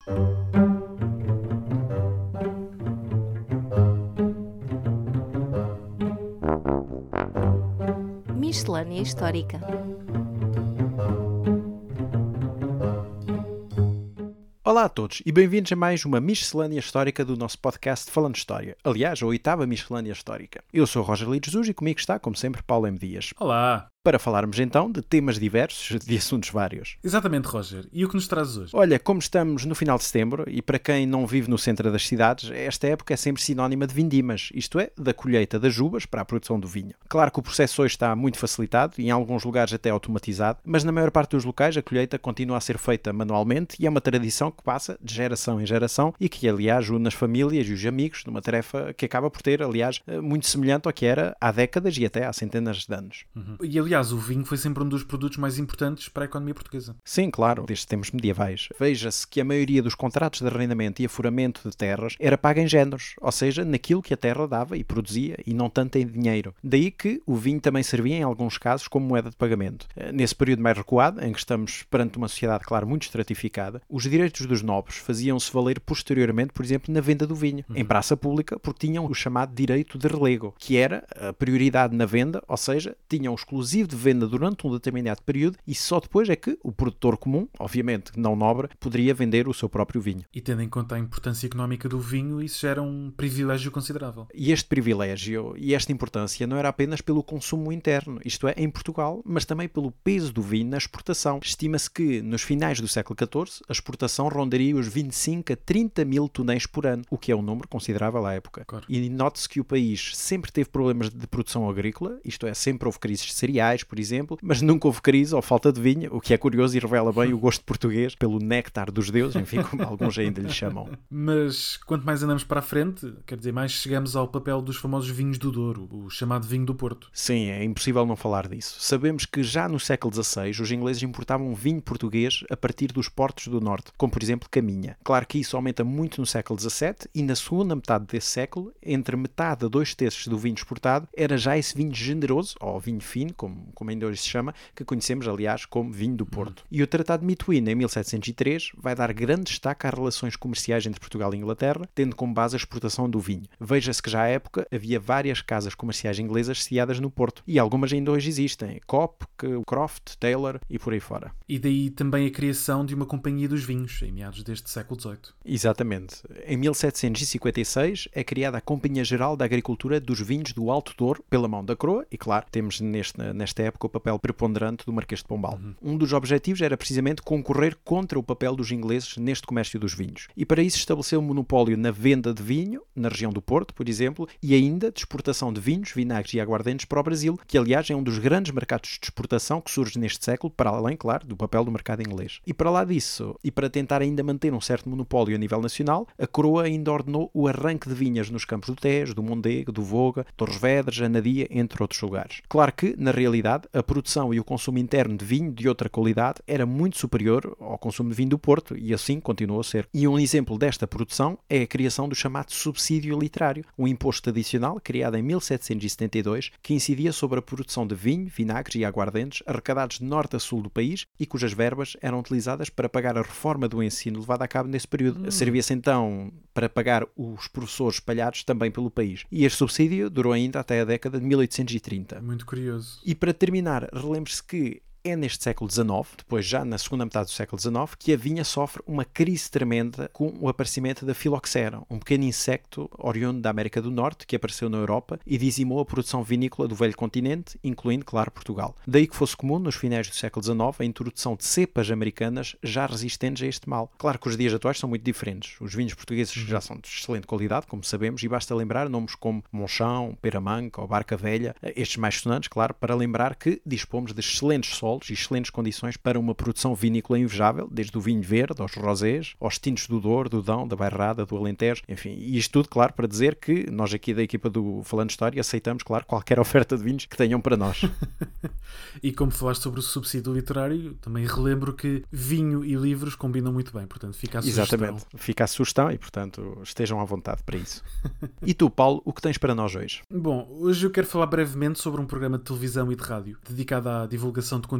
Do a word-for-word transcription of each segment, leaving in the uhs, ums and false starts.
Miscelânea Histórica. Olá a todos e bem-vindos a mais uma miscelânea histórica do nosso podcast Falando História. Aliás, a oitava miscelânea histórica. Eu sou o Roger Lee Jesus e comigo está, como sempre, Paulo M. Dias. Olá! Para falarmos então de temas diversos, de assuntos vários. Exatamente, Roger. E o que nos trazes hoje? Olha, como estamos no final de setembro, e para quem não vive no centro das cidades, esta época é sempre sinónima de vindimas, isto é, da colheita das uvas para a produção do vinho. Claro que o processo hoje está muito facilitado e em alguns lugares até automatizado, mas na maior parte dos locais a colheita continua a ser feita manualmente e é uma tradição que passa de geração em geração e que, aliás, une as famílias e os amigos numa tarefa que acaba por ter, aliás, muito semelhante ao que era há décadas e até há centenas de anos. Uhum. E, aliás, Aliás, o vinho foi sempre um dos produtos mais importantes para a economia portuguesa. Sim, claro, desde tempos medievais. Veja-se que a maioria dos contratos de arrendamento e afuramento de terras era paga em géneros, ou seja, naquilo que a terra dava e produzia, e não tanto em dinheiro. Daí que o vinho também servia, em alguns casos, como moeda de pagamento. Nesse período mais recuado, em que estamos perante uma sociedade, claro, muito estratificada, os direitos dos nobres faziam-se valer posteriormente, por exemplo, na venda do vinho, uhum. em praça pública, porque tinham o chamado direito de relego, que era a prioridade na venda, ou seja, tinham o exclusivo de venda durante um determinado período e só depois é que o produtor comum, obviamente não nobre, poderia vender o seu próprio vinho. E tendo em conta a importância económica do vinho, isso já era um privilégio considerável. E este privilégio e esta importância não era apenas pelo consumo interno, isto é, em Portugal, mas também pelo peso do vinho na exportação. Estima-se que, nos finais do século catorze, a exportação rondaria os vinte e cinco a trinta mil tonéis por ano, o que é um número considerável à época. Claro. E note-se que o país sempre teve problemas de produção agrícola, isto é, sempre houve crises de cereais, por exemplo, mas nunca houve crise ou falta de vinho, o que é curioso e revela bem o gosto português pelo néctar dos deuses, enfim, como alguns ainda lhe chamam. Mas quanto mais andamos para a frente, quer dizer, mais chegamos ao papel dos famosos vinhos do Douro, o chamado vinho do Porto. Sim, é impossível não falar disso. Sabemos que já no século dezasseis os ingleses importavam vinho português a partir dos portos do norte, como por exemplo Caminha. Claro que isso aumenta muito no século dezassete e na segunda metade desse século, entre metade a dois terços do vinho exportado, era já esse vinho generoso, ou vinho fino, como, como ainda hoje se chama, que conhecemos, aliás, como vinho do Porto. E o Tratado de Mituína, em mil setecentos e três, vai dar grande destaque às relações comerciais entre Portugal e Inglaterra, tendo como base a exportação do vinho. Veja-se que já à época havia várias casas comerciais inglesas sediadas no Porto, e algumas ainda hoje existem, Coop, Croft, Taylor e por aí fora. E daí também a criação de uma companhia dos vinhos, em meados deste século dezoito. Exatamente. Em mil setecentos e cinquenta e seis é criada a Companhia Geral da Agricultura dos Vinhos do Alto Douro, pela mão da coroa, e claro, temos neste, nesta época o papel preponderante do Marquês de Pombal. Uhum. Um dos objetivos era precisamente concorrer contra o papel dos ingleses neste comércio dos vinhos. E para isso estabeleceu um monopólio na venda de vinho, na região do Porto, por exemplo, e ainda de exportação de vinhos, vinagres e aguardentes para o Brasil, que aliás é um dos grandes mercados de exportação que surge neste século, para além, claro, do papel do mercado inglês. E para lá disso, e para tentar ainda manter um certo monopólio a nível nacional, a coroa ainda ordenou o arranque de vinhas nos campos do Tejo, do Mondego, do Voga, Torres Vedras, Anadia, entre outros lugares. Claro que, na realidade, a produção e o consumo interno de vinho de outra qualidade era muito superior ao consumo de vinho do Porto e assim continuou a ser. E um exemplo desta produção é a criação do chamado subsídio literário, um imposto adicional criado em mil setecentos e setenta e dois que incidia sobre a produção de vinho, vinagres e aguardentes arrecadados de norte a sul do país e cujas verbas eram utilizadas para pagar a reforma do ensino levada a cabo nesse período. Hum. Servia-se então para pagar os professores espalhados também pelo país. E este subsídio durou ainda até a década de mil oitocentos e trinta. Muito curioso. E para terminar, relembre-se que é neste século dezenove, depois já na segunda metade do século dezenove, que a vinha sofre uma crise tremenda com o aparecimento da filoxera, um pequeno inseto oriundo da América do Norte que apareceu na Europa e dizimou a produção vinícola do velho continente, incluindo, claro, Portugal. Daí que fosse comum, nos finais do século dezenove, a introdução de cepas americanas já resistentes a este mal. Claro que os dias atuais são muito diferentes. Os vinhos portugueses já são de excelente qualidade, como sabemos, e basta lembrar nomes como Monchão, Peramanca ou Barca Velha, estes mais sonantes, claro, para lembrar que dispomos de excelentes solos e excelentes condições para uma produção vinícola invejável, desde o vinho verde aos rosés, aos tintos do Douro, do Dão, da Bairrada, do Alentejo, enfim, e isto tudo, claro, para dizer que nós aqui da equipa do Falando História aceitamos, claro, qualquer oferta de vinhos que tenham para nós. E como falaste sobre o subsídio literário, também relembro que vinho e livros combinam muito bem, portanto fica a sugestão. Exatamente, fica a sugestão e, portanto, estejam à vontade para isso. E tu, Paulo, o que tens para nós hoje? Bom, hoje eu quero falar brevemente sobre um programa de televisão e de rádio dedicado à divulgação de conteúdo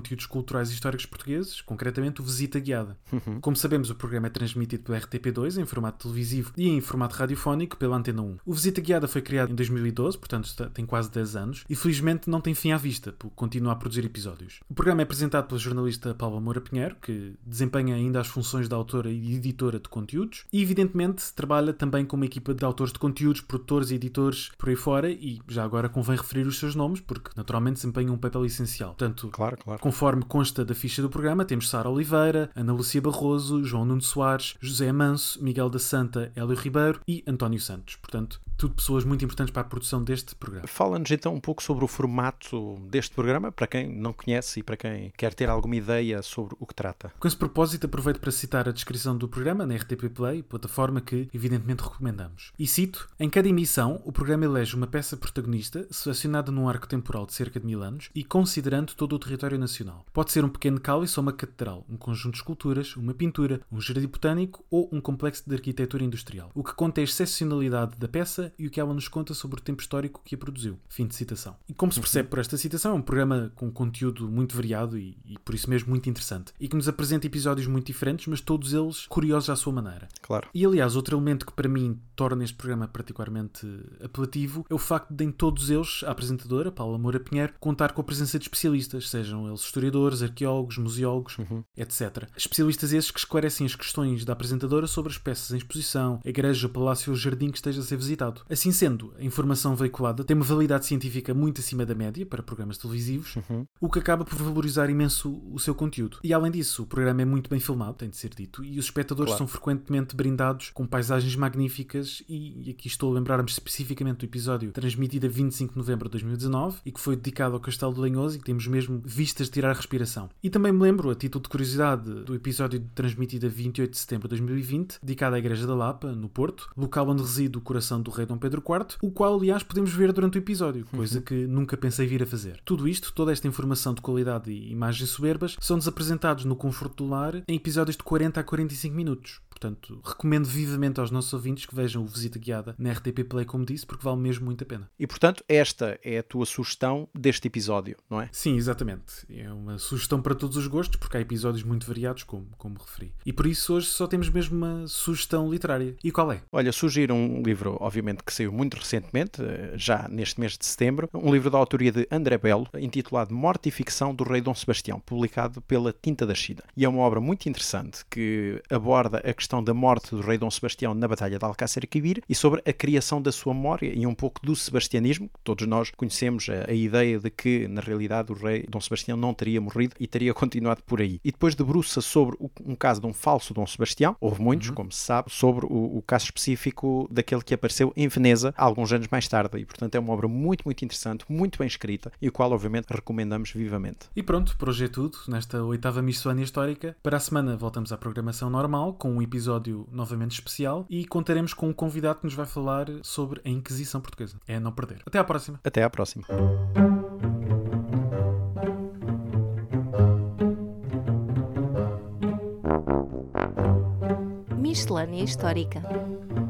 conteúdos culturais e históricos portugueses, concretamente o Visita Guiada. Uhum. Como sabemos, o programa é transmitido pela R T P dois em formato televisivo e em formato radiofónico pela Antena um. O Visita Guiada foi criado em dois mil e doze, portanto está, tem quase dez anos, e felizmente não tem fim à vista, porque continua a produzir episódios. O programa é apresentado pela jornalista Paula Moura Pinheiro, que desempenha ainda as funções de autora e editora de conteúdos, e evidentemente trabalha também com uma equipa de autores de conteúdos, produtores e editores por aí fora, e já agora convém referir os seus nomes, porque naturalmente desempenham um papel essencial. Portanto, claro, claro. Conforme consta da ficha do programa, temos Sara Oliveira, Ana Lúcia Barroso, João Nuno Soares, José Amanso, Miguel da Santa, Hélio Ribeiro e António Santos. Portanto, tudo pessoas muito importantes para a produção deste programa. Fala-nos então um pouco sobre o formato deste programa, para quem não conhece e para quem quer ter alguma ideia sobre o que trata. Com esse propósito, aproveito para citar a descrição do programa na R T P Play, plataforma que evidentemente recomendamos. E cito: em cada emissão, o programa elege uma peça protagonista selecionada num arco temporal de cerca de mil anos e considerando todo o território nacional. Pode ser um pequeno cálice ou uma catedral, um conjunto de esculturas, uma pintura, um jardim botânico ou um complexo de arquitetura industrial. O que conta é a excepcionalidade da peça e o que ela nos conta sobre o tempo histórico que a produziu. Fim de citação. E como se percebe por esta citação, é um programa com conteúdo muito variado e, e por isso mesmo muito interessante. E que nos apresenta episódios muito diferentes, mas todos eles curiosos à sua maneira. Claro. E aliás, outro elemento que para mim torna este programa particularmente apelativo é o facto de em todos eles a apresentadora, Paula Moura Pinheiro, contar com a presença de especialistas, sejam eles historiadores, arqueólogos, museólogos, uhum. etcétera. Especialistas esses que esclarecem as questões da apresentadora sobre as peças em exposição, a igreja, o palácio ou o jardim que esteja a ser visitado. Assim sendo, a informação veiculada tem uma validade científica muito acima da média para programas televisivos, uhum. o que acaba por valorizar imenso o seu conteúdo. E além disso, o programa é muito bem filmado, tem de ser dito, e os espectadores claro. São frequentemente brindados com paisagens magníficas e, e aqui estou a lembrar-me especificamente do episódio transmitido a vinte e cinco de novembro de dois mil e dezanove e que foi dedicado ao Castelo de Lanhoso e que temos mesmo vistas de tirar a respiração. E também me lembro, a título de curiosidade, do episódio transmitido a vinte e oito de setembro de dois mil e vinte, dedicado à Igreja da Lapa, no Porto, local onde reside o coração do rei Dom Pedro quarto, o qual, aliás, podemos ver durante o episódio, coisa que nunca pensei vir a fazer. Tudo isto, toda esta informação de qualidade e imagens soberbas, são-nos apresentados no conforto do lar em episódios de quarenta a quarenta e cinco minutos. Portanto, recomendo vivamente aos nossos ouvintes que vejam o Visita Guiada na R T P Play, como disse, porque vale mesmo muito a pena. E, portanto, esta é a tua sugestão deste episódio, não é? Sim, exatamente. É uma sugestão para todos os gostos, porque há episódios muito variados, como, como referi. E por isso hoje só temos mesmo uma sugestão literária. E qual é? Olha, sugiro um livro, obviamente, que saiu muito recentemente, já neste mês de setembro, um livro da autoria de André Belo, intitulado Morte e Ficção do Rei Dom Sebastião, publicado pela Tinta da China. E é uma obra muito interessante que aborda a questão da morte do rei Dom Sebastião na Batalha de Alcácer Quibir e sobre a criação da sua memória e um pouco do sebastianismo. Todos nós conhecemos a, a ideia de que, na realidade, o rei Dom Sebastião não teria morrido e teria continuado por aí. E depois debruça sobre o, um caso de um falso Dom Sebastião, houve muitos, uhum. como se sabe, sobre o, o caso específico daquele que apareceu em Veneza alguns anos mais tarde. E, portanto, é uma obra muito, muito interessante, muito bem escrita e o qual, obviamente, recomendamos vivamente. E pronto, por hoje é tudo nesta oitava miscelânea histórica. Para a semana voltamos à programação normal, com um episódio novamente especial e contaremos com um convidado que nos vai falar sobre a Inquisição Portuguesa. É a não perder. Até à próxima. Até à próxima. Miscelânea Histórica.